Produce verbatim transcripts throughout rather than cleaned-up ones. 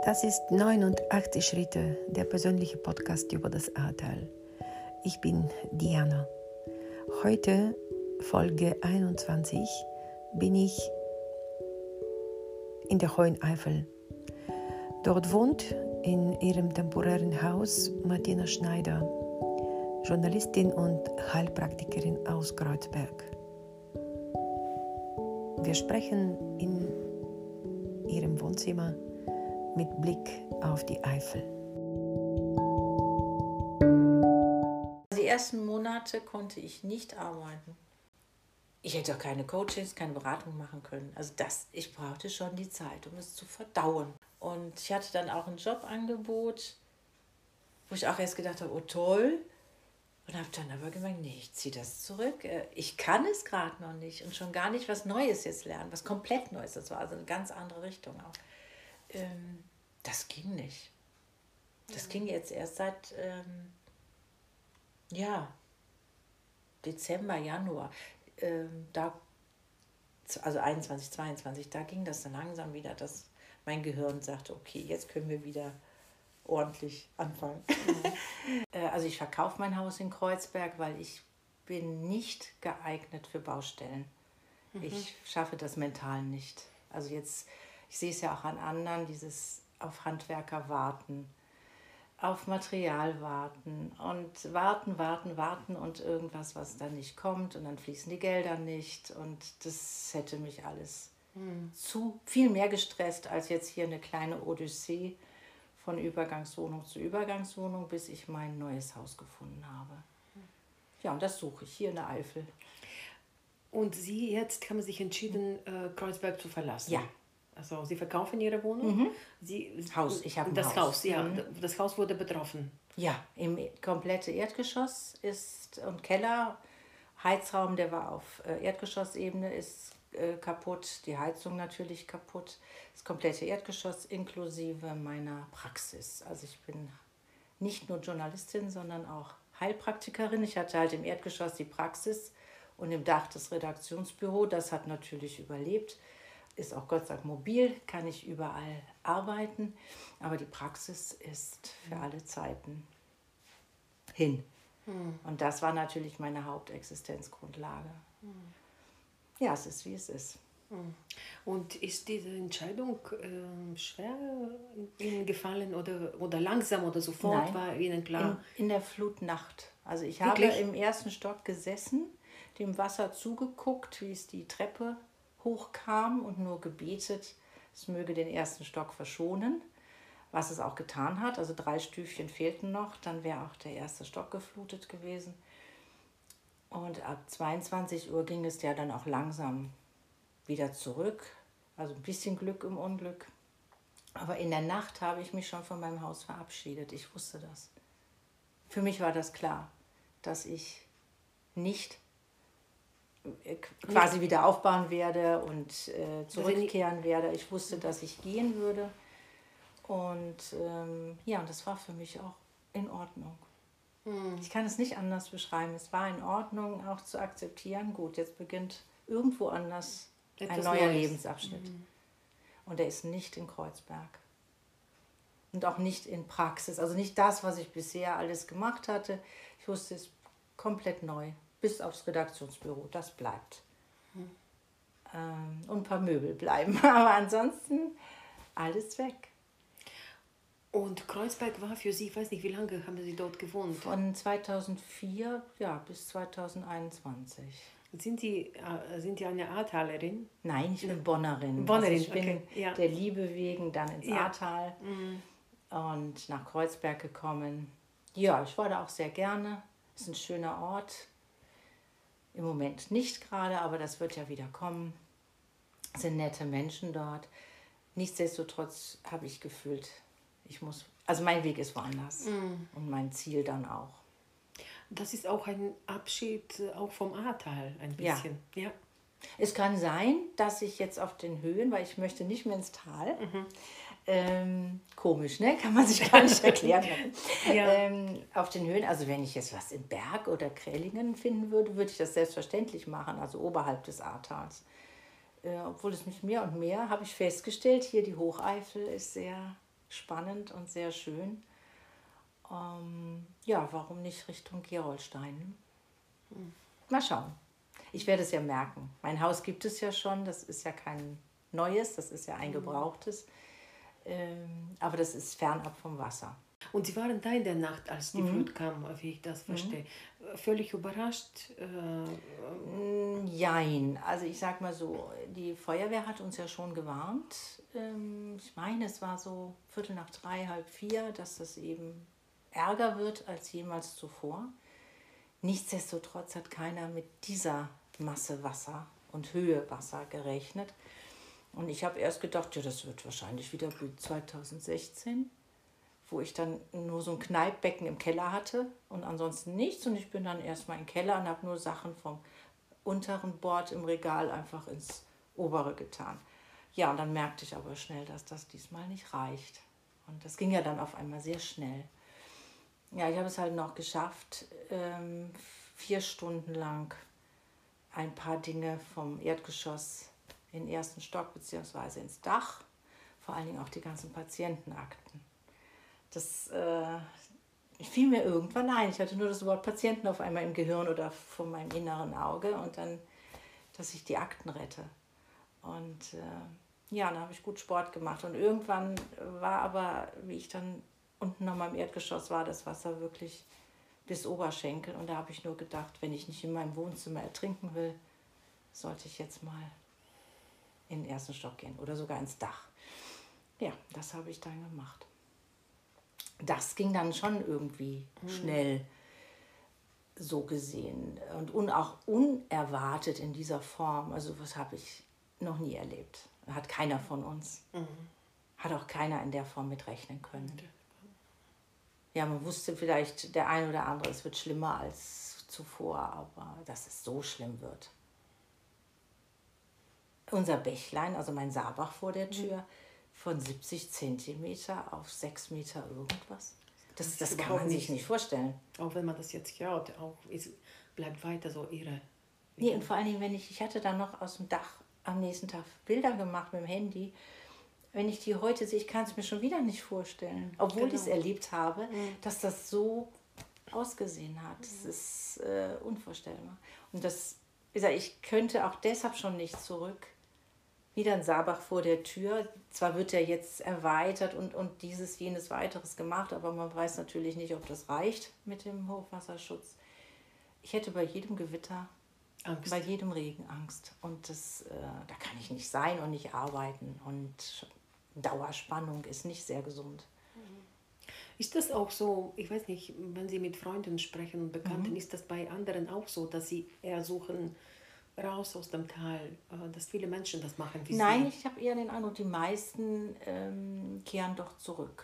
Das ist neunundachtzig Schritte, der persönliche Podcast über das Ahrtal. Ich bin Diana. Heute, Folge einundzwanzig, bin ich in der Hohen Eifel. Dort wohnt in ihrem temporären Haus Martina Schneider, Journalistin und Heilpraktikerin aus Kreuzberg. Wir sprechen in ihrem Wohnzimmer mit Blick auf die Eifel. Die ersten Monate konnte ich nicht arbeiten. Ich hätte auch keine Coachings, keine Beratung machen können. Also das, ich brauchte schon die Zeit, um es zu verdauen. Und ich hatte dann auch ein Jobangebot, wo ich auch erst gedacht habe, oh toll. Und habe dann aber gemerkt, nee, ich ziehe das zurück. Ich kann es gerade noch nicht und schon gar nicht was Neues jetzt lernen, was komplett Neues. Das war also eine ganz andere Richtung auch. Ähm, das ging nicht. Das ja. ging jetzt erst seit, ähm, ja, Dezember, Januar. Ähm, da, also einundzwanzig, zweiundzwanzig, da ging das dann langsam wieder, dass mein Gehirn sagte, okay, jetzt können wir wieder ordentlich anfangen. Mhm. Also ich verkaufe mein Haus in Kreuzberg, weil ich bin nicht geeignet für Baustellen. Mhm. Ich schaffe das mental nicht. Also jetzt, ich sehe es ja auch an anderen, dieses auf Handwerker warten, auf Material warten und warten, warten, warten und irgendwas, was dann nicht kommt und dann fließen die Gelder nicht und das hätte mich alles mhm. zu viel mehr gestresst als jetzt hier eine kleine Odyssee von Übergangswohnung zu Übergangswohnung, bis ich mein neues Haus gefunden habe. Ja, und das suche ich hier in der Eifel. Und Sie jetzt haben sich entschieden, äh, Kreuzberg zu verlassen? Ja. Also Sie verkaufen Ihre Wohnung? Mhm. Sie, Haus, ich habe ein das Haus. Haus, ja. Mhm. Das Haus wurde betroffen? Ja, im komplette Erdgeschoss ist und Keller, Heizraum, der war auf äh, Erdgeschossebene, ist äh, kaputt, die Heizung natürlich kaputt, das komplette Erdgeschoss inklusive meiner Praxis. Also ich bin nicht nur Journalistin, sondern auch Heilpraktikerin. Ich hatte halt im Erdgeschoss die Praxis und im Dach das Redaktionsbüro. Das hat natürlich überlebt. Ist auch Gott sei Dank mobil, kann ich überall arbeiten. Aber die Praxis ist für alle Zeiten hin. Hm. Und das war natürlich meine Hauptexistenzgrundlage. Hm. Ja, es ist, wie es ist. Und ist diese Entscheidung äh, schwer Ihnen gefallen oder, oder langsam oder sofort? Nein, war Ihnen klar? In, in der Flutnacht. Also ich Wirklich? habe im ersten Stock gesessen, dem Wasser zugeguckt, wie es die Treppe hochkam und nur gebetet, es möge den ersten Stock verschonen, was es auch getan hat. Also drei Stüfchen fehlten noch, dann wäre auch der erste Stock geflutet gewesen. Und ab zweiundzwanzig Uhr ging es ja dann auch langsam wieder zurück. Also ein bisschen Glück im Unglück. Aber in der Nacht habe ich mich schon von meinem Haus verabschiedet. Ich wusste das. Für mich war das klar, dass ich nicht quasi nicht. wieder aufbauen werde und äh, zurückkehren werde. Ich wusste, dass ich gehen würde. Und ähm, ja, das war für mich auch in Ordnung. Hm. Ich kann es nicht anders beschreiben. Es war in Ordnung, auch zu akzeptieren. Gut, jetzt beginnt irgendwo anders Etwas ein neuer Neues. Lebensabschnitt. Mhm. Und der ist nicht in Kreuzberg. Und auch nicht in Praxis. Also nicht das, was ich bisher alles gemacht hatte. Ich wusste, es ist komplett neu. Bis aufs Redaktionsbüro. Das bleibt. Mhm. Ähm, und ein paar Möbel bleiben. Aber ansonsten alles weg. Und Kreuzberg war für Sie, ich weiß nicht, wie lange haben Sie dort gewohnt? Von zweitausendvier ja, bis zweitausendeinundzwanzig. Sind Sie, äh, sind Sie eine Ahrtalerin? Nein, ich bin Bonnerin. Bonnerin, also ich bin okay. ja. der Liebe wegen dann ins ja. Ahrtal mhm. und nach Kreuzberg gekommen. Ja, ich war da auch sehr gerne. Es ist ein schöner Ort. Im Moment nicht gerade, aber das wird ja wieder kommen. Es sind nette Menschen dort. Nichtsdestotrotz habe ich gefühlt, ich muss, also mein Weg ist woanders mhm. und mein Ziel dann auch. Das ist auch ein Abschied auch vom Ahrtal ein bisschen. Ja. ja. Es kann sein, dass ich jetzt auf den Höhen, weil ich möchte nicht mehr ins Tal, mhm. ähm, komisch, ne? Kann man sich gar nicht erklären. ja. ähm, auf den Höhen, also wenn ich jetzt was in Berg oder Krellingen finden würde, würde ich das selbstverständlich machen, also oberhalb des Ahrtals. Äh, obwohl es mich mehr und mehr, habe ich festgestellt, hier die Hocheifel ist sehr spannend und sehr schön. Ähm, ja, warum nicht Richtung Gerolstein? Mhm. Mal schauen. Ich werde es ja merken. Mein Haus gibt es ja schon, das ist ja kein neues, das ist ja ein gebrauchtes. Ähm, aber das ist fernab vom Wasser. Und Sie waren da in der Nacht, als die mhm. Flut kam, wie ich das verstehe. Mhm. Völlig überrascht? Äh, Jein. Also ich sag mal so, die Feuerwehr hat uns ja schon gewarnt. Ähm, ich meine, es war so Viertel nach drei, halb vier, dass das eben ärger wird als jemals zuvor. Nichtsdestotrotz hat keiner mit dieser Masse Wasser und Höhe Wasser gerechnet. Und ich habe erst gedacht, ja, das wird wahrscheinlich wieder wie zweitausendsechzehn, wo ich dann nur so ein Kneippbecken im Keller hatte und ansonsten nichts. Und ich bin dann erstmal im Keller und habe nur Sachen vom unteren Bord im Regal einfach ins obere getan. Ja, und dann merkte ich aber schnell, dass das diesmal nicht reicht. Und das ging ja dann auf einmal sehr schnell. Ja, ich habe es halt noch geschafft, ähm, vier Stunden lang ein paar Dinge vom Erdgeschoss in den ersten Stock bzw. ins Dach, vor allen Dingen auch die ganzen Patientenakten. Das äh, fiel mir irgendwann ein. Ich hatte nur das Wort Patienten auf einmal im Gehirn oder vor meinem inneren Auge und dann, dass ich die Akten rette. Und äh, ja, dann habe ich gut Sport gemacht. Und irgendwann war aber, wie ich dann unten nochmal im Erdgeschoss war, das Wasser wirklich bis Oberschenkel. Und da habe ich nur gedacht, wenn ich nicht in meinem Wohnzimmer ertrinken will, sollte ich jetzt mal in den ersten Stock gehen oder sogar ins Dach. Ja, das habe ich dann gemacht. Das ging dann schon irgendwie mhm. schnell, so gesehen. Und un, auch unerwartet in dieser Form. Also was habe ich noch nie erlebt. Hat keiner von uns. Mhm. Hat auch keiner in der Form mitrechnen können. Ja, man wusste vielleicht, der ein oder andere, es wird schlimmer als zuvor, aber dass es so schlimm wird. Unser Bächlein, also mein Saarbach vor der Tür, mhm. von siebzig Zentimeter auf sechs Meter irgendwas. Das, das, das kann man sich nicht vorstellen. Auch wenn man das jetzt hört, auch es bleibt weiter so irre. Nee, und vor allen Dingen, wenn ich, ich hatte dann noch aus dem Dach am nächsten Tag Bilder gemacht mit dem Handy. Wenn ich die heute sehe, ich kann es mir schon wieder nicht vorstellen, obwohl genau. ich es erlebt habe, mhm. dass das so ausgesehen hat. Das mhm. ist äh, unvorstellbar. Und das, wie gesagt, ich könnte auch deshalb schon nicht zurück. Wieder ein Saarbach vor der Tür. Zwar wird er jetzt erweitert und, und dieses, jenes, weiteres gemacht, aber man weiß natürlich nicht, ob das reicht mit dem Hochwasserschutz. Ich hätte bei jedem Gewitter, Angst. bei jedem Regen Angst. Und das, äh, da kann ich nicht sein und nicht arbeiten. Und Dauerspannung ist nicht sehr gesund. Ist das auch so, ich weiß nicht, wenn Sie mit Freunden sprechen und Bekannten, mhm. ist das bei anderen auch so, dass Sie eher suchen, raus aus dem Tal, dass viele Menschen das machen wie Nein, Sie? ich habe eher den Eindruck, die meisten ähm, kehren doch zurück.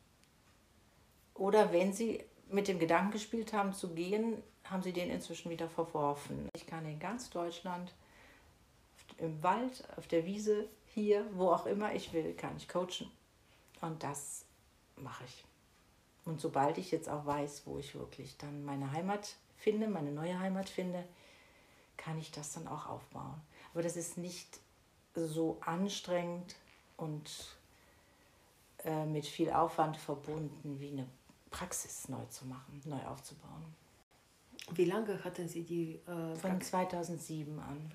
Oder wenn sie mit dem Gedanken gespielt haben zu gehen, haben sie den inzwischen wieder verworfen. Ich kann in ganz Deutschland, im Wald, auf der Wiese, hier, wo auch immer ich will, kann ich coachen. Und das mache ich. Und sobald ich jetzt auch weiß, wo ich wirklich dann meine Heimat finde, meine neue Heimat finde, kann ich das dann auch aufbauen. Aber das ist nicht so anstrengend und äh, mit viel Aufwand verbunden, wie eine Praxis neu zu machen, neu aufzubauen. Wie lange hatten Sie die äh, Von zweitausendsieben an.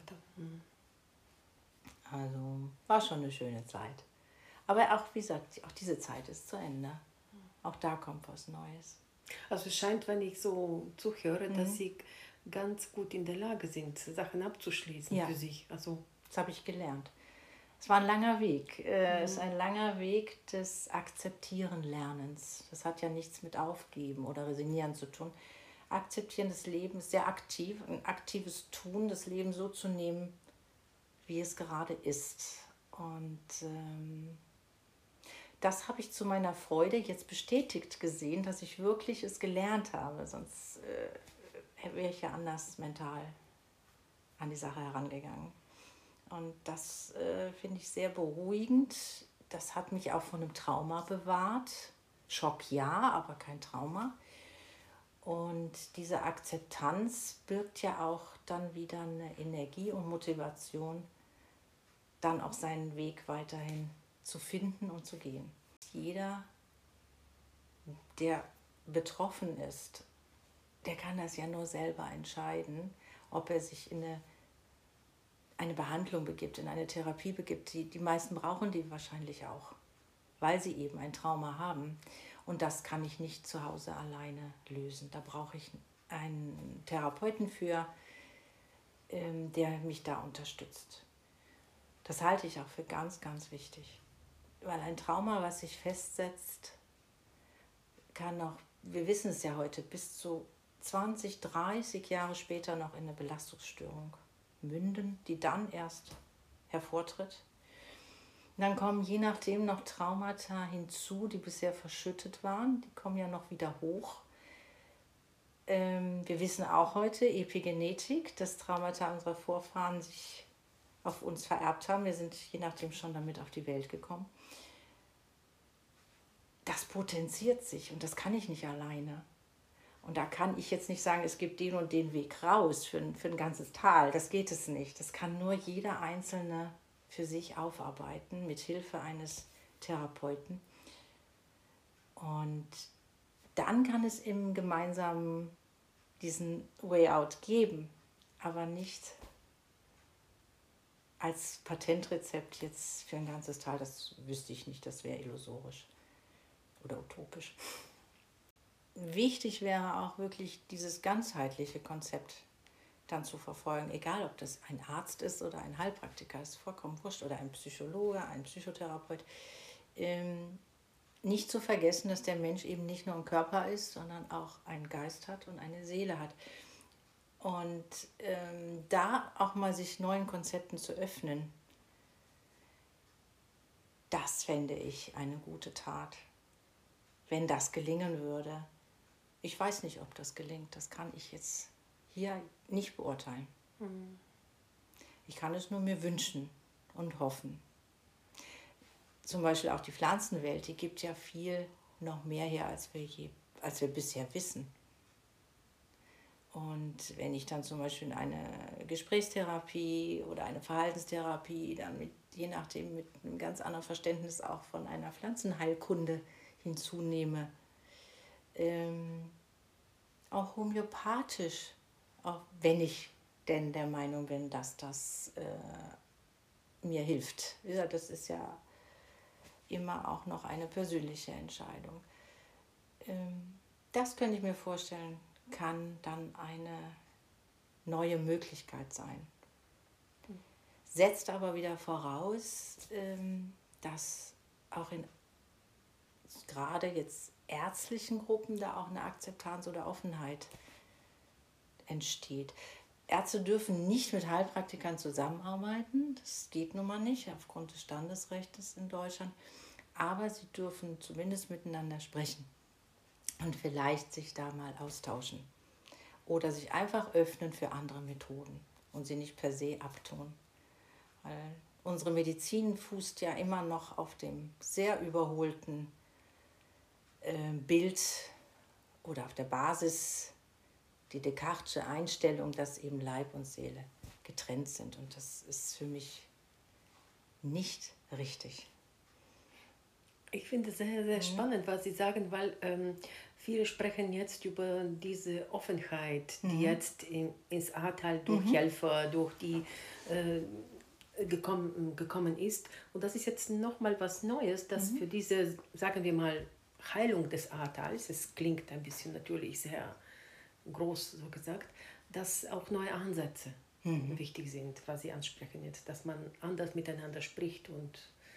Also war schon eine schöne Zeit. Aber auch, wie gesagt, auch diese Zeit ist zu Ende. Auch da kommt was Neues. Also es scheint, wenn ich so zuhöre, mhm. dass Sie ganz gut in der Lage sind, Sachen abzuschließen ja. für sich. Also das habe ich gelernt. Es war ein langer Weg. Es mhm. ist ein langer Weg des Akzeptieren-Lernens. Das hat ja nichts mit Aufgeben oder Resignieren zu tun. Akzeptieren des Lebens, sehr aktiv, ein aktives Tun, das Leben so zu nehmen, wie es gerade ist. Und ähm, das habe ich zu meiner Freude jetzt bestätigt gesehen, dass ich wirklich es gelernt habe. Sonst äh, wäre ich ja anders mental an die Sache herangegangen. Und das äh, finde ich sehr beruhigend. Das hat mich auch von einem Trauma bewahrt. Schock ja, aber kein Trauma. Und diese Akzeptanz birgt ja auch dann wieder eine Energie und Motivation, dann auch seinen Weg weiterhin zu finden und zu gehen. jeder, der betroffen ist, der kann das ja nur selber entscheiden, ob er sich in eine, eine Behandlung begibt, in eine Therapie begibt. Die, die meisten brauchen die wahrscheinlich auch, weil sie eben ein Trauma haben. Und das kann ich nicht zu Hause alleine lösen. Da brauche ich einen Therapeuten für, ähm, der mich da unterstützt. Das halte ich auch für ganz, ganz wichtig. Weil ein Trauma, was sich festsetzt, kann auch, wir wissen es ja heute, bis zu zwanzig, dreißig Jahre später noch in eine Belastungsstörung münden, die dann erst hervortritt. Und dann kommen je nachdem noch Traumata hinzu, die bisher verschüttet waren. Die kommen ja noch wieder hoch. Ähm, wir wissen auch heute, Epigenetik, dass Traumata unserer Vorfahren sich auf uns vererbt haben. Wir sind je nachdem schon damit auf die Welt gekommen. Das potenziert sich und das kann ich nicht alleine. Und da kann ich jetzt nicht sagen, es gibt den und den Weg raus für ein, für ein ganzes Tal. Das geht es nicht. Das kann nur jeder Einzelne für sich aufarbeiten, mit Hilfe eines Therapeuten. Und dann kann es im Gemeinsamen diesen Way Out geben, aber nicht als Patentrezept jetzt für ein ganzes Tal. Das wüsste ich nicht, das wäre illusorisch oder utopisch. Wichtig wäre auch wirklich dieses ganzheitliche Konzept dann zu verfolgen, egal ob das ein Arzt ist oder ein Heilpraktiker, ist vollkommen wurscht, oder ein Psychologe, ein Psychotherapeut. Ähm, nicht zu vergessen, dass der Mensch eben nicht nur ein Körper ist, sondern auch einen Geist hat und eine Seele hat. Und ähm, da auch mal sich neuen Konzepten zu öffnen, das fände ich eine gute Tat, wenn das gelingen würde. Ich weiß nicht, ob das gelingt. Das kann ich jetzt hier nicht beurteilen. Mhm. Ich kann es nur mir wünschen und hoffen. Zum Beispiel auch die Pflanzenwelt, die gibt ja viel noch mehr her, als wir, je, als wir bisher wissen. Und wenn ich dann zum Beispiel in eine Gesprächstherapie oder eine Verhaltenstherapie, dann mit, je nachdem mit einem ganz anderen Verständnis auch von einer Pflanzenheilkunde hinzunehme, ähm, auch homöopathisch, auch wenn ich denn der Meinung bin, dass das äh, mir hilft. Ja, das ist ja immer auch noch eine persönliche Entscheidung. Ähm, das könnte ich mir vorstellen, kann dann eine neue Möglichkeit sein. Setzt aber wieder voraus, ähm, dass auch in gerade jetzt ärztlichen Gruppen da auch eine Akzeptanz oder Offenheit entsteht. Ärzte dürfen nicht mit Heilpraktikern zusammenarbeiten, das geht nun mal nicht aufgrund des Standesrechts in Deutschland, aber sie dürfen zumindest miteinander sprechen und vielleicht sich da mal austauschen oder sich einfach öffnen für andere Methoden und sie nicht per se abtun. Weil unsere Medizin fußt ja immer noch auf dem sehr überholten äh, Bild oder auf der Basis, die Descartesche Einstellung, dass eben Leib und Seele getrennt sind. Und das ist für mich nicht richtig. Ich finde es sehr, sehr mhm. spannend, was Sie sagen, weil ähm, viele sprechen jetzt über diese Offenheit, die mhm. jetzt in, ins Ahrtal durch mhm. Helfer, durch die äh, gekommen, gekommen ist. Und das ist jetzt nochmal was Neues, das mhm. für diese, sagen wir mal, Heilung des Ahrtals, es klingt ein bisschen natürlich sehr groß so gesagt, dass auch neue Ansätze mhm. wichtig sind, was Sie ansprechen jetzt, dass man anders miteinander spricht und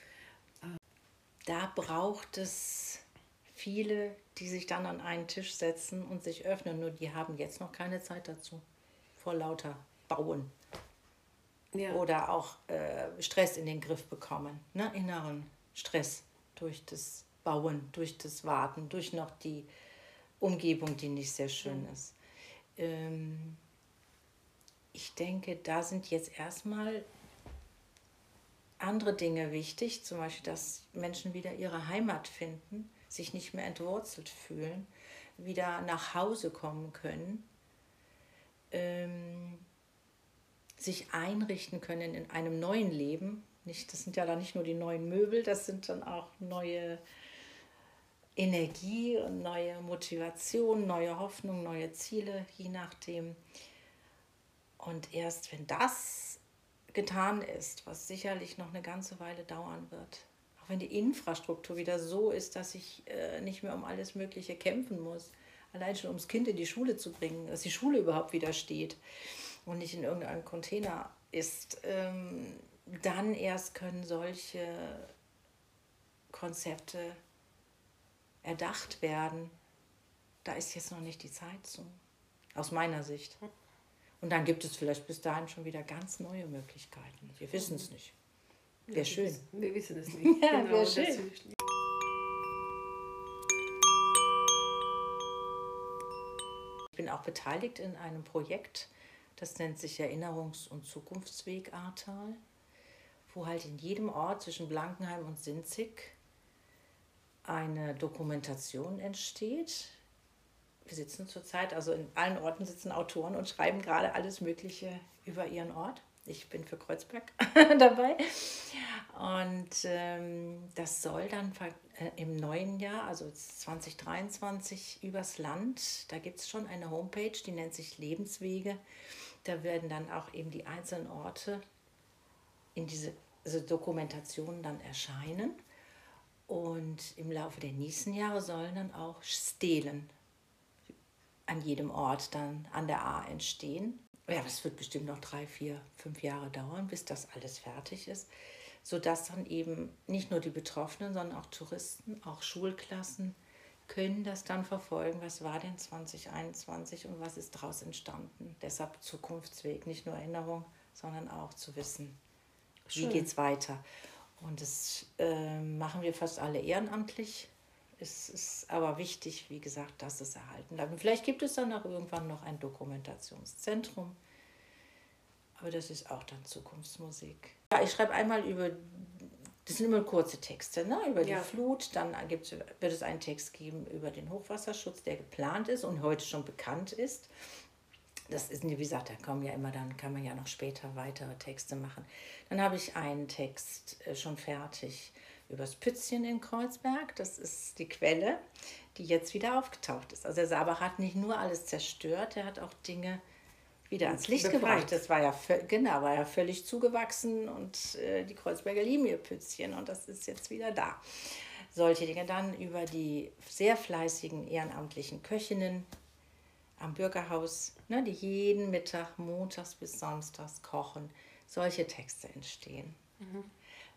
da braucht es viele, die sich dann an einen Tisch setzen und sich öffnen. Nur die haben jetzt noch keine Zeit dazu. Vor lauter Bauen. Ja. Oder auch äh, Stress in den Griff bekommen. Ne? Inneren Stress durch das Bauen, durch das Warten, durch noch die Umgebung, die nicht sehr schön mhm. ist. Ähm, ich denke, da sind jetzt erstmal andere Dinge wichtig, zum Beispiel, dass Menschen wieder ihre Heimat finden, sich nicht mehr entwurzelt fühlen, wieder nach Hause kommen können, ähm, sich einrichten können in einem neuen Leben. Nicht, das sind ja dann nicht nur die neuen Möbel, das sind dann auch neue Energie und neue Motivation, neue Hoffnung, neue Ziele, je nachdem. Und erst wenn das getan ist, was sicherlich noch eine ganze Weile dauern wird, auch wenn die Infrastruktur wieder so ist, dass ich äh, nicht mehr um alles Mögliche kämpfen muss, allein schon ums Kind in die Schule zu bringen, dass die Schule überhaupt wieder steht und nicht in irgendeinem Container ist, ähm, dann erst können solche Konzepte erdacht werden. Da ist jetzt noch nicht die Zeit zu, aus meiner Sicht. Und dann gibt es vielleicht bis dahin schon wieder ganz neue Möglichkeiten. Wir wissen es nicht. Wäre schön. Wir wissen es nicht. Ja, genau, wäre schön. Ich bin auch beteiligt in einem Projekt, das nennt sich Erinnerungs- und Zukunftsweg Ahrtal, wo halt in jedem Ort zwischen Blankenheim und Sinzig eine Dokumentation entsteht. Wir sitzen zurzeit, also in allen Orten sitzen Autoren und schreiben gerade alles Mögliche über ihren Ort. Ich bin für Kreuzberg dabei. Und ähm, das soll dann äh, im neuen Jahr, also zwanzig dreiundzwanzig, übers Land, da gibt es schon eine Homepage, die nennt sich Lebenswege. Da werden dann auch eben die einzelnen Orte in diese also Dokumentationen dann erscheinen. Und im Laufe der nächsten Jahre sollen dann auch Stelen an jedem Ort dann an der Ahr entstehen. Ja, das wird bestimmt noch drei, vier, fünf Jahre dauern, bis das alles fertig ist, sodass dann eben nicht nur die Betroffenen, sondern auch Touristen, auch Schulklassen können das dann verfolgen, was war denn zwanzig einundzwanzig und was ist daraus entstanden. Deshalb Zukunftsweg, nicht nur Erinnerung, sondern auch zu wissen, Schön. Wie geht es weiter. Und das äh, machen wir fast alle ehrenamtlich. Es ist aber wichtig, wie gesagt, dass es erhalten bleibt. Vielleicht gibt es dann auch irgendwann noch ein Dokumentationszentrum. Aber das ist auch dann Zukunftsmusik. Ja, ich schreibe einmal über, das sind immer kurze Texte, ne? Über die ja. Flut. Dann gibt's, wird es einen Text geben über den Hochwasserschutz, der geplant ist und heute schon bekannt ist. Das ist, wie gesagt, da kommen ja immer, dann kann man ja noch später weitere Texte machen. Dann habe ich einen Text schon fertig über das Pützchen in Kreuzberg. Das ist die Quelle, die jetzt wieder aufgetaucht ist. Also der Sabach hat nicht nur alles zerstört, er hat auch Dinge wieder ans Licht Befreit. gebracht. Das war ja, genau, war ja völlig zugewachsen und äh, die Kreuzberger lieben ihr Pützchen und das ist jetzt wieder da. Solche Dinge dann über die sehr fleißigen ehrenamtlichen Köchinnen am Bürgerhaus, ne, die jeden Mittag, montags bis samstags kochen. Solche Texte entstehen. Mhm.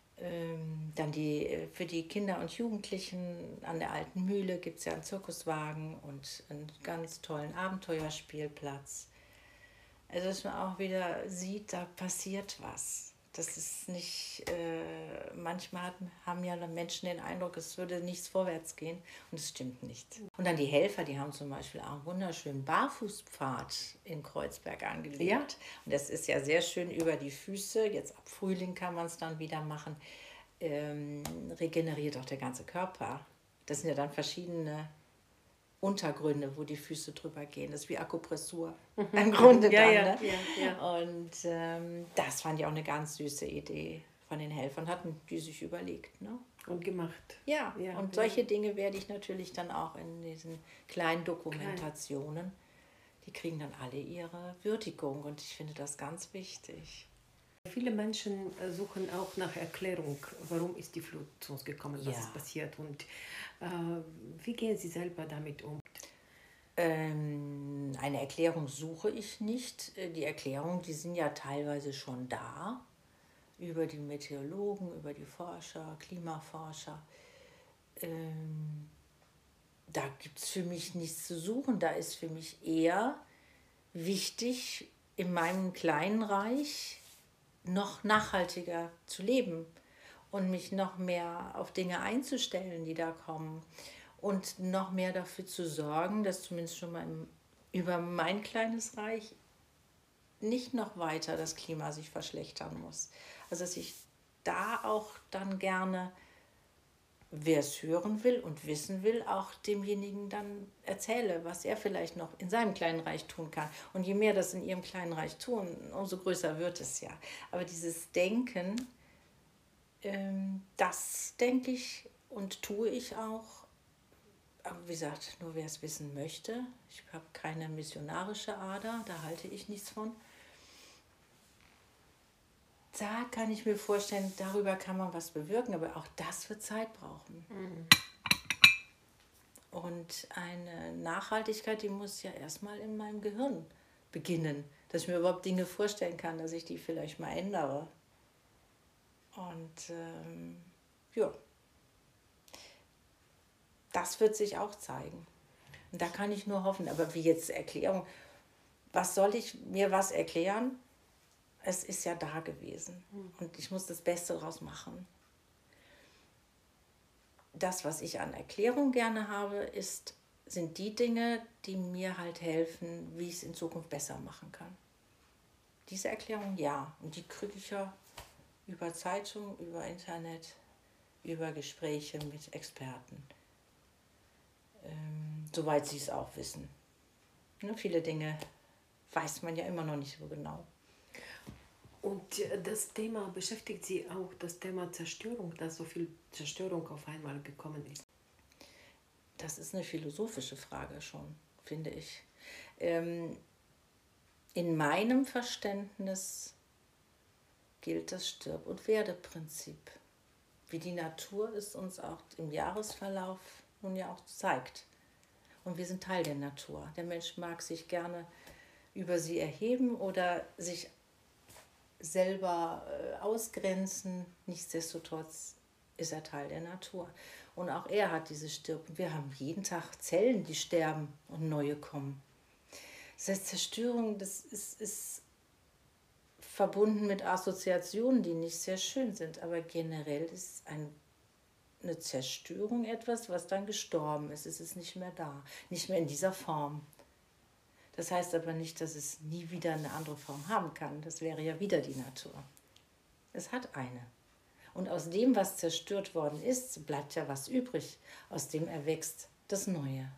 Ähm, dann die, für die Kinder und Jugendlichen an der Alten Mühle gibt es ja einen Zirkuswagen und einen ganz tollen Abenteuerspielplatz. Also dass man auch wieder sieht, da passiert was. Das ist nicht, äh, manchmal haben ja Menschen den Eindruck, es würde nichts vorwärts gehen und es stimmt nicht. Und dann die Helfer, die haben zum Beispiel auch einen wunderschönen Barfußpfad in Kreuzberg angelegt. Ja. Und das ist ja sehr schön über die Füße, jetzt ab Frühling kann man es dann wieder machen, ähm, regeneriert auch der ganze Körper. Das sind ja dann verschiedene Untergründe, wo die Füße drüber gehen. Das ist wie Akupressur mhm. im Grunde ja, dann. Ja, ne? ja, ja. Und ähm, das fand ich auch eine ganz süße Idee von den Helfern, hatten die sich überlegt. Ne? Und gemacht. Ja, ja und ja. solche Dinge werde ich natürlich dann auch in diesen kleinen Dokumentationen, Klein. die kriegen dann alle ihre Würdigung und ich finde das ganz wichtig. Viele Menschen suchen auch nach Erklärung, warum ist die Flut zu uns gekommen, was ja. ist passiert und äh, wie gehen Sie selber damit um? Ähm, eine Erklärung suche ich nicht. Die Erklärungen, die sind ja teilweise schon da, über die Meteorologen, über die Forscher, Klimaforscher. Ähm, da gibt es für mich nichts zu suchen. Da ist für mich eher wichtig, in meinem kleinen Reich noch nachhaltiger zu leben und mich noch mehr auf Dinge einzustellen, die da kommen und noch mehr dafür zu sorgen, dass zumindest schon mal im, über mein kleines Reich nicht noch weiter das Klima sich verschlechtern muss. Also dass ich da auch dann gerne, wer es hören will und wissen will, auch demjenigen dann erzähle, was er vielleicht noch in seinem kleinen Reich tun kann. Und je mehr das in ihrem kleinen Reich tun, umso größer wird es ja. Aber dieses Denken, ähm, das denke ich und tue ich auch, Aber wie gesagt, nur wer es wissen möchte. Ich habe keine missionarische Ader, da halte ich nichts von. Da kann ich mir vorstellen, darüber kann man was bewirken, aber auch das wird Zeit brauchen. Mhm. Und eine Nachhaltigkeit, die muss ja erstmal in meinem Gehirn beginnen, dass ich mir überhaupt Dinge vorstellen kann, dass ich die vielleicht mal ändere. Und ähm, ja, das wird sich auch zeigen. Und da kann ich nur hoffen, aber wie jetzt Erklärung, was soll ich mir was erklären? Es ist ja da gewesen und ich muss das Beste daraus machen. Das, was ich an Erklärung gerne habe, ist, sind die Dinge, die mir halt helfen, wie ich es in Zukunft besser machen kann. Diese Erklärung, ja. Und die kriege ich ja über Zeitung, über Internet, über Gespräche mit Experten. Ähm, soweit sie es auch wissen. Ne, viele Dinge weiß man ja immer noch nicht so genau. Und das Thema beschäftigt Sie auch, das Thema Zerstörung, dass so viel Zerstörung auf einmal gekommen ist? Das ist eine philosophische Frage schon, finde ich. Ähm, in meinem Verständnis gilt das Stirb- und Werde-Prinzip, wie die Natur es uns auch im Jahresverlauf nun ja auch zeigt. Und wir sind Teil der Natur. Der Mensch mag sich gerne über sie erheben oder sich selber äh, ausgrenzen. Nichtsdestotrotz ist er Teil der Natur. Und auch er hat diese Stirben. Wir haben jeden Tag Zellen, die sterben und neue kommen. Das heißt, Zerstörung, das ist, ist verbunden mit Assoziationen, die nicht sehr schön sind. Aber generell ist ein, eine Zerstörung etwas, was dann gestorben ist. Es ist nicht mehr da, nicht mehr in dieser Form. Das heißt aber nicht, dass es nie wieder eine andere Form haben kann. Das wäre ja wieder die Natur. Es hat eine. Und aus dem, was zerstört worden ist, bleibt ja was übrig. Aus dem erwächst das Neue.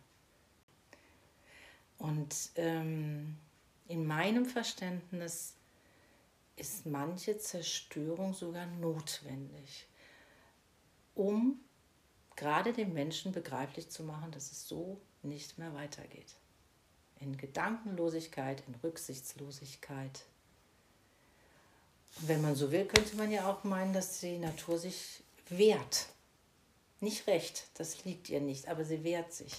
Und ähm, in meinem Verständnis ist manche Zerstörung sogar notwendig, um gerade den Menschen begreiflich zu machen, dass es so nicht mehr weitergeht. In Gedankenlosigkeit, in Rücksichtslosigkeit. Und wenn man so will, könnte man ja auch meinen, dass die Natur sich wehrt. Nicht recht, das liegt ihr nicht, aber sie wehrt sich.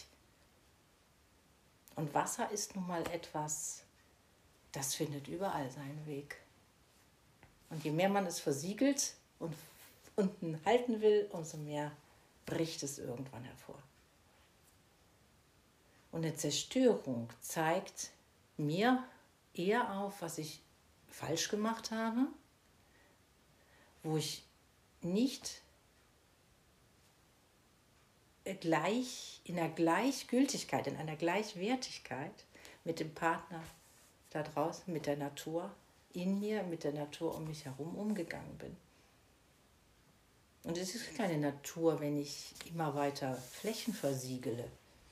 Und Wasser ist nun mal etwas, das findet überall seinen Weg. Und je mehr man es versiegelt und unten halten will, umso mehr bricht es irgendwann hervor. Und eine Zerstörung zeigt mir eher auf, was ich falsch gemacht habe, wo ich nicht gleich, in einer Gleichgültigkeit, in einer Gleichwertigkeit mit dem Partner da draußen, mit der Natur, in mir, mit der Natur um mich herum umgegangen bin. Und es ist keine Natur, wenn ich immer weiter Flächen versiegele.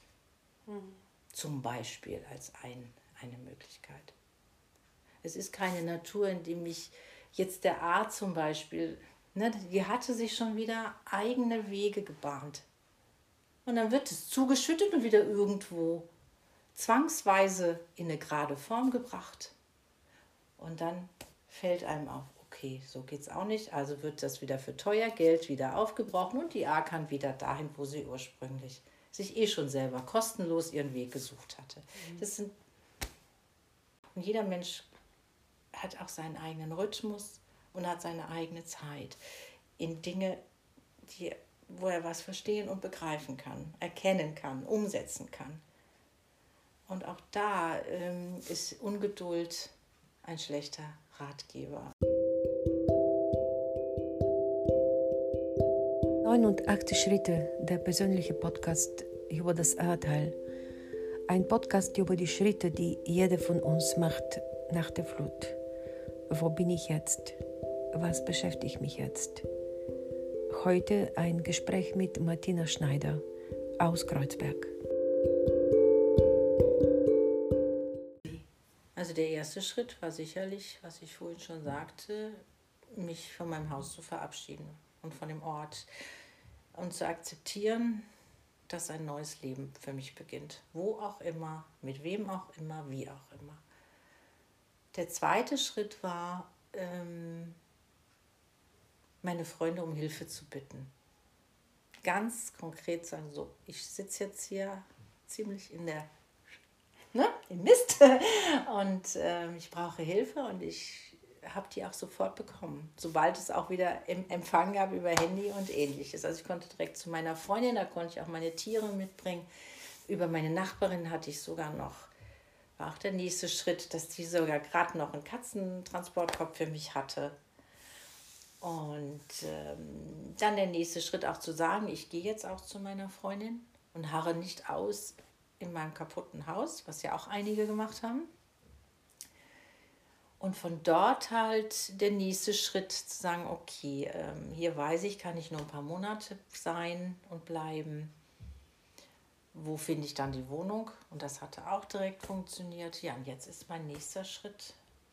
Zum Beispiel als ein, eine Möglichkeit. Es ist keine Natur, in dem ich jetzt der A zum Beispiel, ne, die hatte sich schon wieder eigene Wege gebahnt. Und dann wird es zugeschüttet und wieder irgendwo zwangsweise in eine gerade Form gebracht. Und dann fällt einem auf, okay, so geht es auch nicht, also wird das wieder für teuer Geld wieder aufgebrochen und die A kann wieder dahin, wo sie ursprünglich sich eh schon selber kostenlos ihren Weg gesucht hatte. Das sind, und jeder Mensch hat auch seinen eigenen Rhythmus und hat seine eigene Zeit in Dinge, die, wo er was verstehen und begreifen kann, erkennen kann, umsetzen kann. Und auch da ähm, ist Ungeduld ein schlechter Ratgeber. neunundachtzig Schritte, der persönliche Podcast über das Ahrtal. Ein Podcast über die Schritte, die jeder von uns macht nach der Flut. Wo bin ich jetzt? Was beschäftigt mich jetzt? Heute ein Gespräch mit Martina Schneider aus Kreuzberg. Also der erste Schritt war sicherlich, was ich vorhin schon sagte, mich von meinem Haus zu verabschieden und von dem Ort und zu akzeptieren, dass ein neues Leben für mich beginnt. Wo auch immer, mit wem auch immer, wie auch immer. Der zweite Schritt war, ähm, meine Freunde um Hilfe zu bitten. Ganz konkret sagen, so, ich sitze jetzt hier ziemlich in der, ne, im Mist und äh, ich brauche Hilfe und ich habe die auch sofort bekommen, sobald es auch wieder im Empfang gab über Handy und ähnliches. Also ich konnte direkt zu meiner Freundin, da konnte ich auch meine Tiere mitbringen. Über meine Nachbarin hatte ich sogar noch, war auch der nächste Schritt, dass die sogar gerade noch einen Katzentransportkorb für mich hatte. Und ähm, dann der nächste Schritt auch zu sagen, ich gehe jetzt auch zu meiner Freundin und harre nicht aus in meinem kaputten Haus, was ja auch einige gemacht haben. Und von dort halt der nächste Schritt zu sagen, okay, ähm, hier weiß ich, kann ich nur ein paar Monate sein und bleiben. Wo finde ich dann die Wohnung? Und das hatte auch direkt funktioniert. Ja, und jetzt ist mein nächster Schritt,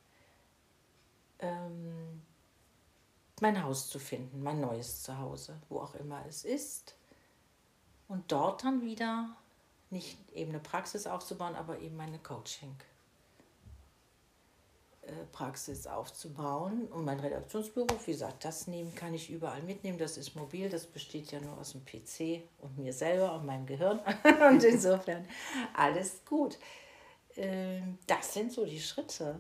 ähm, mein Haus zu finden, mein neues Zuhause, wo auch immer es ist. Und dort dann wieder nicht eben eine Praxis aufzubauen, aber eben meine Coaching-Praxis aufzubauen. Und mein Redaktionsbüro, wie gesagt, das nehmen kann ich überall mitnehmen. Das ist mobil, das besteht ja nur aus dem P C und mir selber und meinem Gehirn. Und insofern alles gut. Das sind so die Schritte.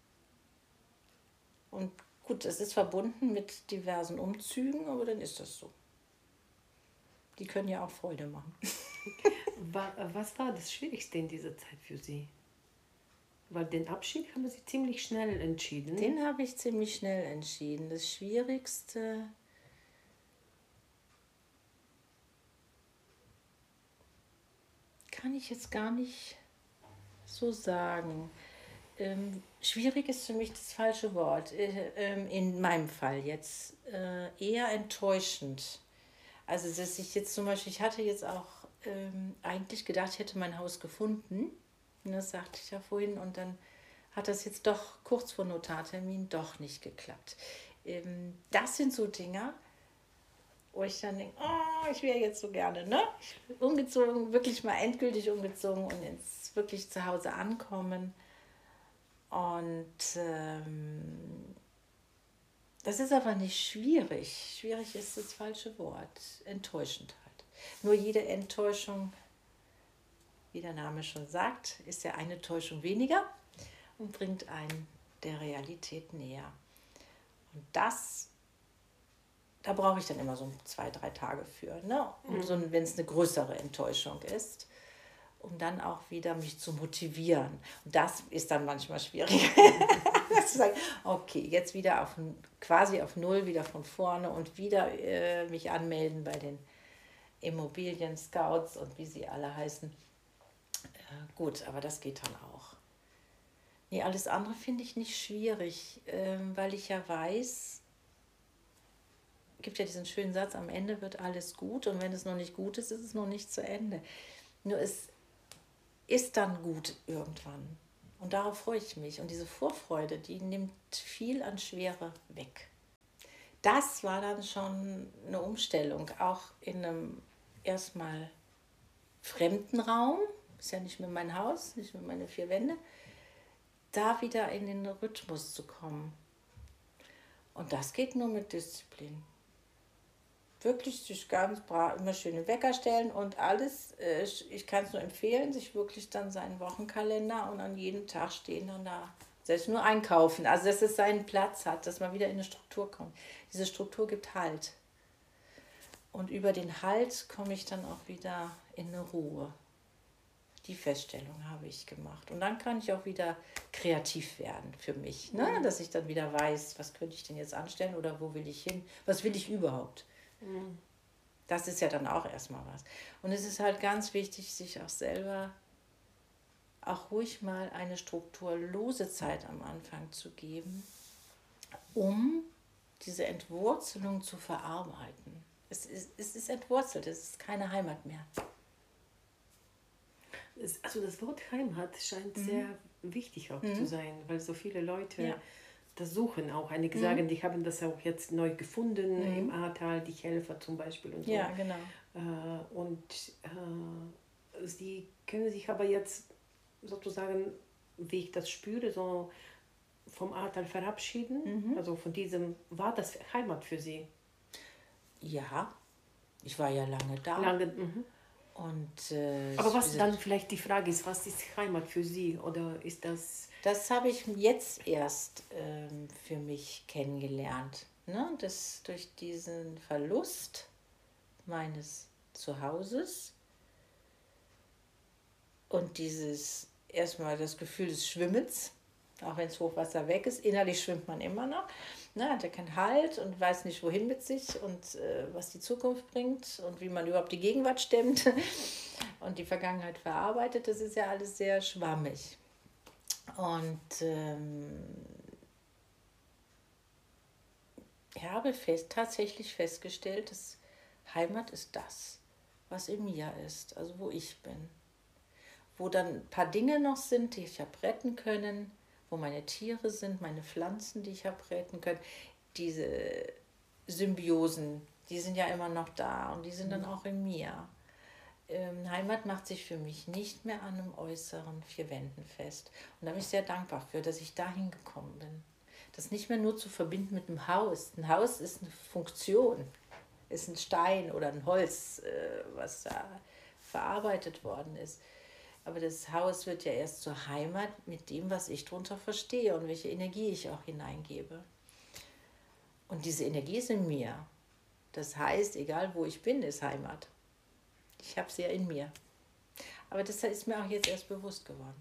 Und gut, es ist verbunden mit diversen Umzügen, aber dann ist das so. Die können ja auch Freude machen. Was war das Schwierigste in dieser Zeit für Sie? Weil den Abschied haben Sie ziemlich schnell entschieden. Den habe ich ziemlich schnell entschieden. Das Schwierigste kann ich jetzt gar nicht so sagen. Ähm, schwierig ist für mich das falsche Wort. Äh, ähm, in meinem Fall jetzt äh, eher enttäuschend. Also dass ich jetzt zum Beispiel, ich hatte jetzt auch ähm, eigentlich gedacht, ich hätte mein Haus gefunden. Und das sagte ich ja vorhin. Und dann hat das jetzt doch kurz vor Notartermin doch nicht geklappt. Ähm, das sind so Dinger, wo ich dann denke, oh, ich wäre jetzt so gerne, ne? Umgezogen, wirklich mal endgültig umgezogen und jetzt wirklich zu Hause ankommen. Und ähm, das ist aber nicht schwierig. Schwierig ist das falsche Wort. Enttäuschend halt. Nur jede Enttäuschung, wie der Name schon sagt, ist ja eine Täuschung weniger und bringt einen der Realität näher. Und das, da brauche ich dann immer so zwei, drei Tage für, ne? Und so, wenn es eine größere Enttäuschung ist, um dann auch wieder mich zu motivieren. Und das ist dann manchmal schwierig. Zu sagen, okay, jetzt wieder auf, quasi auf Null, wieder von vorne und wieder äh, mich anmelden bei den Immobilien-Scouts und wie sie alle heißen. Äh, gut, aber das geht dann auch. Nee, alles andere finde ich nicht schwierig, äh, weil ich ja weiß, es gibt ja diesen schönen Satz, am Ende wird alles gut und wenn es noch nicht gut ist, ist es noch nicht zu Ende. Nur es ist dann gut irgendwann. Und darauf freue ich mich. Und diese Vorfreude, die nimmt viel an Schwere weg. Das war dann schon eine Umstellung, auch in einem erstmal fremden Raum, ist ja nicht mehr mein Haus, nicht mehr meine vier Wände, da wieder in den Rhythmus zu kommen. Und das geht nur mit Disziplin. Wirklich sich ganz brav, immer schöne Wecker stellen und alles. Ich kann es nur empfehlen, sich wirklich dann seinen Wochenkalender und an jedem Tag stehen dann da, selbst nur einkaufen. Also dass es seinen Platz hat, dass man wieder in eine Struktur kommt. Diese Struktur gibt Halt. Und über den Halt komme ich dann auch wieder in eine Ruhe. Die Feststellung habe ich gemacht. Und dann kann ich auch wieder kreativ werden für mich. Ne? Mhm. Dass ich dann wieder weiß, was könnte ich denn jetzt anstellen oder wo will ich hin? Was will ich überhaupt? Das ist ja dann auch erstmal was. Und es ist halt ganz wichtig, sich auch selber auch ruhig mal eine strukturlose Zeit am Anfang zu geben, um diese Entwurzelung zu verarbeiten. Es ist, es ist entwurzelt, es ist keine Heimat mehr. Also das Wort Heimat scheint mhm. sehr wichtig auch mhm. zu sein, weil so viele Leute... Ja. Das suchen auch. Einige mhm. sagen, die haben das auch jetzt neu gefunden mhm. im Ahrtal, die Helfer zum Beispiel und so. Ja, genau. Äh, und äh, sie können sich aber jetzt sozusagen, wie ich das spüre, so vom Ahrtal verabschieden. Mhm. Also von diesem, war das Heimat für sie? Ja, ich war ja lange da. Lange, mhm. Und, äh, aber was dann vielleicht die Frage ist, was ist Heimat für Sie? Oder ist das... Das habe ich jetzt erst ähm, für mich kennengelernt. Ne? Das durch diesen Verlust meines Zuhauses und dieses erstmal das Gefühl des Schwimmens, auch wenn das Hochwasser weg ist, innerlich schwimmt man immer noch, ne, hat ja keinen Halt und weiß nicht, wohin mit sich und äh, was die Zukunft bringt und wie man überhaupt die Gegenwart stemmt und die Vergangenheit verarbeitet, das ist ja alles sehr schwammig. Und ähm, ich habe fest, tatsächlich festgestellt, dass Heimat ist das, was in mir ist, also wo ich bin. Wo dann ein paar Dinge noch sind, die ich habe retten können, wo meine Tiere sind, meine Pflanzen, die ich habe retten können. Diese Symbiosen, die sind ja immer noch da und die sind dann auch in mir. Ähm, Heimat macht sich für mich nicht mehr an einem äußeren vier Wänden fest. Und da bin ich sehr dankbar für, dass ich dahin gekommen bin. Das nicht mehr nur zu verbinden mit einem Haus. Ein Haus ist eine Funktion, ist ein Stein oder ein Holz, äh, was da verarbeitet worden ist. Aber das Haus wird ja erst zur Heimat mit dem, was ich darunter verstehe und welche Energie ich auch hineingebe. Und diese Energie ist in mir. Das heißt, egal wo ich bin, ist Heimat. Ich habe sie ja in mir. Aber das ist mir auch jetzt erst bewusst geworden.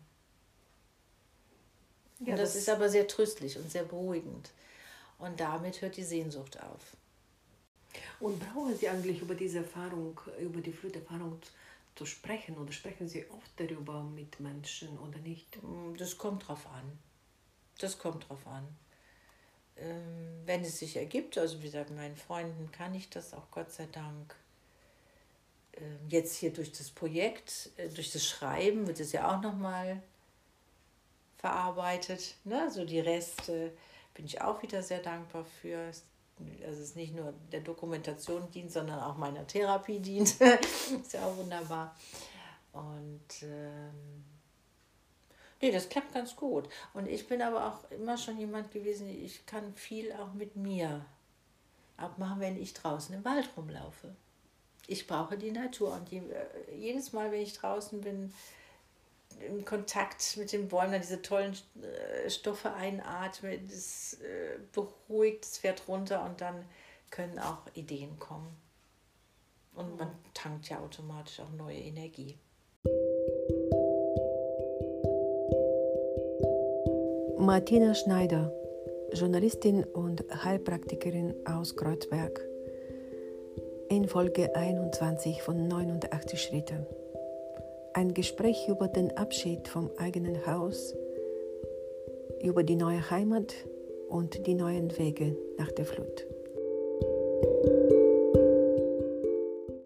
Ja, und das, das ist aber sehr tröstlich und sehr beruhigend. Und damit hört die Sehnsucht auf. Und brauchen Sie eigentlich über diese Erfahrung, über die Fluterfahrung zu sprechen oder sprechen Sie oft darüber mit Menschen oder nicht? Das kommt drauf an. Das kommt drauf an. Ähm, wenn es sich ergibt, also wie gesagt, meinen Freunden kann ich das auch Gott sei Dank. Ähm, jetzt hier durch das Projekt, äh, durch das Schreiben wird es ja auch nochmal verarbeitet. Ne? So die Reste bin ich auch wieder sehr dankbar für. Also es ist nicht nur der Dokumentation dient, sondern auch meiner Therapie dient. Ist ja auch wunderbar. Und ähm, nee, das klappt ganz gut. Und ich bin aber auch immer schon jemand gewesen, ich kann viel auch mit mir abmachen, wenn ich draußen im Wald rumlaufe. Ich brauche die Natur. Und die, äh, jedes Mal, wenn ich draußen bin, im Kontakt mit den Bäumen, dann diese tollen äh, Stoffe einatme, das äh, beruhigt, es fährt runter und dann können auch Ideen kommen. Und man tankt ja automatisch auch neue Energie. Martina Schneider, Journalistin und Heilpraktikerin aus Kreuzberg. In Folge einundzwanzig von neunundachtzig Schritte. Ein Gespräch über den Abschied vom eigenen Haus, über die neue Heimat und die neuen Wege nach der Flut.